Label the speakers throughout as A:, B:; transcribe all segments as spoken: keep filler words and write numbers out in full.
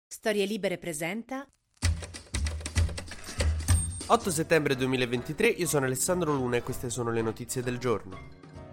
A: Storie Libere presenta
B: otto settembre duemilaventitré, io sono Alessandro Luna e queste sono le notizie del giorno.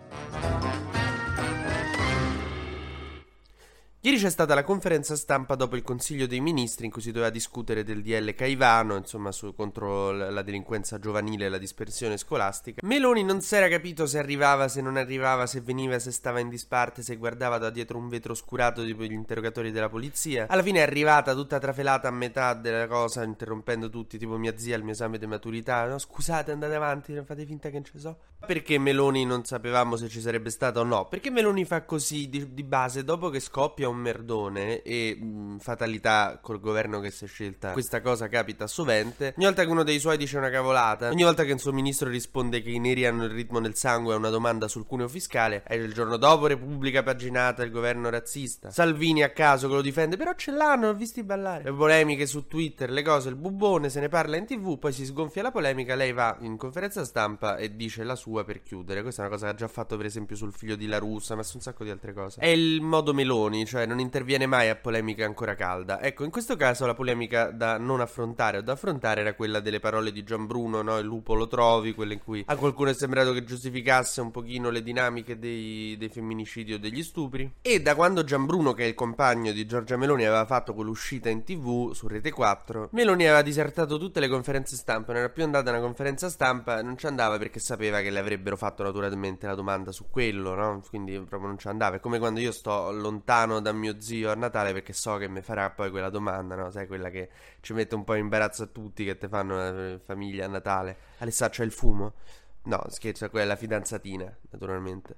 B: Ieri c'è stata la conferenza stampa dopo il Consiglio dei Ministri in cui si doveva discutere del D L Caivano, insomma, su, contro la delinquenza giovanile e la dispersione scolastica. Meloni non si era capito se arrivava, se non arrivava, se veniva, se stava in disparte, se guardava da dietro un vetro oscurato tipo gli interrogatori della polizia. Alla fine è arrivata tutta trafelata a metà della cosa, interrompendo tutti, tipo mia zia al mio esame di maturità. No, scusate, andate avanti, non fate finta che non ci so. Perché Meloni non sapevamo se ci sarebbe stata o no? Perché Meloni fa così di, di base, dopo che scoppia un merdone e mh, fatalità col governo che si è scelta, questa cosa capita sovente. Ogni volta che uno dei suoi dice una cavolata, ogni volta che un suo ministro risponde che i neri hanno il ritmo nel sangue a una domanda sul cuneo fiscale, è il giorno dopo Repubblica paginata, il governo razzista. Salvini a caso che lo difende, però ce l'hanno, l'ho visti ballare. Le polemiche su Twitter, le cose, il bubbone, se ne parla in tv, poi si sgonfia la polemica, lei va in conferenza stampa e dice la sua per chiudere. Questa è una cosa che ha già fatto per esempio sul figlio di La Russa, ma su un sacco di altre cose. È il modo Meloni, cioè non interviene mai a polemica ancora calda. Ecco, in questo caso la polemica da non affrontare o da affrontare era quella delle parole di Gianbruno, no? Il lupo lo trovi, quelle in cui a qualcuno è sembrato che giustificasse un pochino le dinamiche dei, dei femminicidi o degli stupri. E da quando Gianbruno, che è il compagno di Giorgia Meloni, aveva fatto quell'uscita in tv su Rete quattro, Meloni aveva disertato tutte le conferenze stampa, non era più andata a una conferenza stampa, non ci andava perché sapeva che le avrebbero fatto naturalmente la domanda su quello, no? Quindi proprio non ci andava. È come quando io sto lontano da mio zio a Natale perché so che mi farà poi quella domanda, no? Sai, quella che ci mette un po' in imbarazzo a tutti, che te fanno la famiglia a Natale. Alessà, c'è il fumo? No, scherzo, quella è la fidanzatina, naturalmente.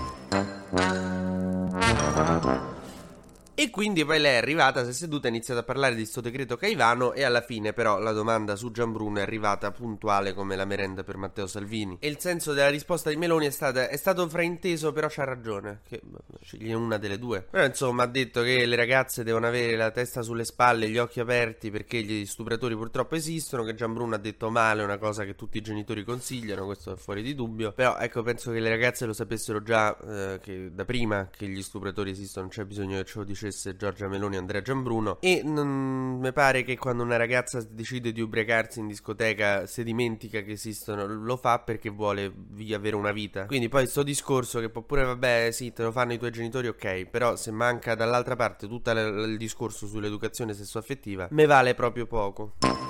B: E quindi poi lei è arrivata, si è seduta, ha iniziato a parlare di sto decreto Caivano e alla fine però la domanda su Gianbruno è arrivata puntuale come la merenda per Matteo Salvini. E il senso della risposta di Meloni è stata è stato frainteso, però c'ha ragione, che sceglie una delle due. Però insomma ha detto che le ragazze devono avere la testa sulle spalle e gli occhi aperti perché gli stupratori purtroppo esistono, che Gianbruno ha detto male, una cosa che tutti i genitori consigliano, questo è fuori di dubbio. Però ecco, penso che le ragazze lo sapessero già eh, che da prima che gli stupratori esistono, non c'è bisogno che ce lo dicesse Giorgia Meloni e Andrea Gianbruno. E non mi pare che quando una ragazza decide di ubriacarsi in discoteca si dimentica che esistono, lo fa perché vuole via avere una vita. Quindi poi sto discorso che può pure, vabbè sì, te lo fanno i tuoi genitori, ok, però se manca dall'altra parte tutto l- il discorso sull'educazione sessuaffettiva, me vale proprio poco.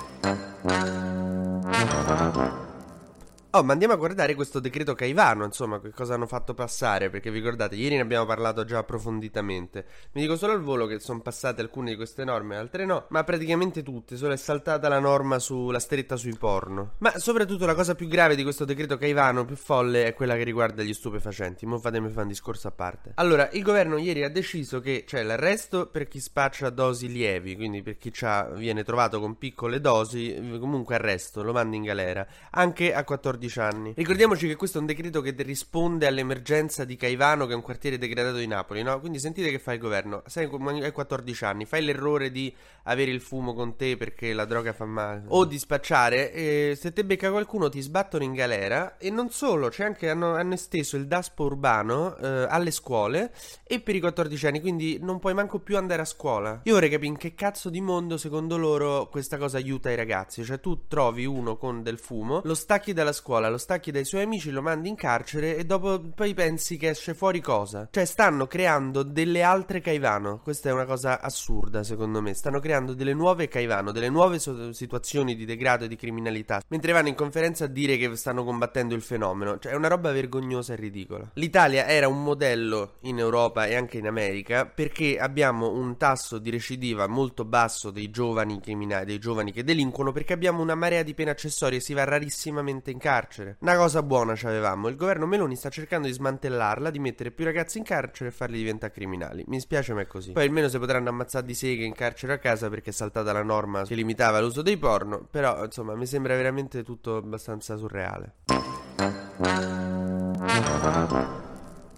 B: Oh, ma andiamo a guardare questo decreto Caivano, insomma, che cosa hanno fatto passare, perché vi ricordate, ieri ne abbiamo parlato già approfonditamente. Mi dico solo al volo che sono passate alcune di queste norme, altre no, ma praticamente tutte, solo è saltata la norma sulla stretta sui porno. Ma soprattutto la cosa più grave di questo decreto Caivano, più folle, è quella che riguarda gli stupefacenti. Mo' fatemi fare un discorso a parte. Allora, il governo ieri ha deciso che c'è l'arresto per chi spaccia dosi lievi, quindi per chi c'ha, viene trovato con piccole dosi, comunque arresto, lo manda in galera, anche a quattordici anni. Ricordiamoci che questo è un decreto che risponde all'emergenza di Caivano, che è un quartiere degradato di Napoli, no? Quindi sentite che fa il governo. Sei ai quattordici anni, fai l'errore di avere il fumo con te perché la droga fa male, o di spacciare, e se te becca qualcuno ti sbattono in galera. E non solo, c'è anche, hanno, hanno esteso il Daspo urbano eh, alle scuole e per i quattordici anni, quindi non puoi manco più andare a scuola. Io vorrei capire in che cazzo di mondo secondo loro questa cosa aiuta i ragazzi. Cioè tu trovi uno con del fumo, lo stacchi dalla scuola, lo stacchi dai suoi amici, lo mandi in carcere e dopo poi pensi che esce fuori cosa? Cioè stanno creando delle altre Caivano. Questa è una cosa assurda secondo me. Stanno creando delle nuove Caivano, delle nuove so- situazioni di degrado e di criminalità, mentre vanno in conferenza a dire che stanno combattendo il fenomeno. Cioè è una roba vergognosa e ridicola. L'Italia era un modello in Europa e anche in America perché abbiamo un tasso di recidiva molto basso dei giovani criminali, dei giovani che delinquono, perché abbiamo una marea di pene accessorie e si va rarissimamente in carcere. Una cosa buona c'avevamo. Il governo Meloni sta cercando di smantellarla, di mettere più ragazzi in carcere e farli diventare criminali. Mi spiace, ma è così. Poi almeno si potranno ammazzare di seghe in carcere a casa perché è saltata la norma che limitava l'uso dei porno. Però insomma mi sembra veramente tutto abbastanza surreale.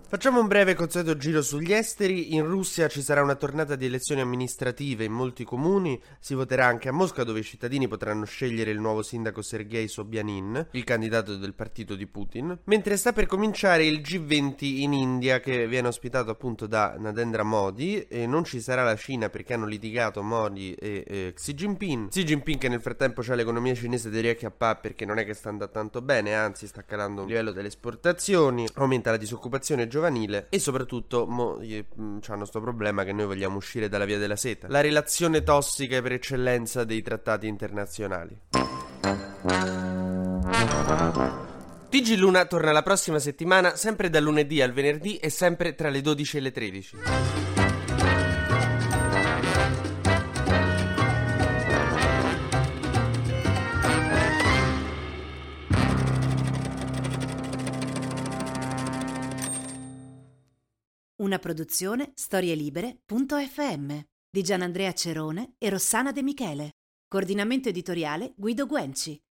B: Facciamo un breve e consueto giro sugli esteri. In Russia ci sarà una tornata di elezioni amministrative in molti comuni, si voterà anche a Mosca dove i cittadini potranno scegliere il nuovo sindaco Sergei Sobyanin, il candidato del partito di Putin, mentre sta per cominciare il G venti in India che viene ospitato appunto da Narendra Modi e non ci sarà la Cina perché hanno litigato Modi e eh, Xi Jinping. Xi Jinping che nel frattempo c'ha l'economia cinese di riacchiappà perché non è che sta andando tanto bene, anzi sta calando il livello delle esportazioni, aumenta la disoccupazione giovanile e soprattutto mo, eh, c'hanno sto problema che noi vogliamo uscire dalla via della seta, la relazione tossica per eccellenza dei trattati internazionali. T G Luna torna la prossima settimana, sempre dal lunedì al venerdì e sempre tra le dodici e le tredici.
A: Una produzione storielibere punto effe emme di Gianandrea Cerone e Rossana De Michele. Coordinamento editoriale Guido Guenci.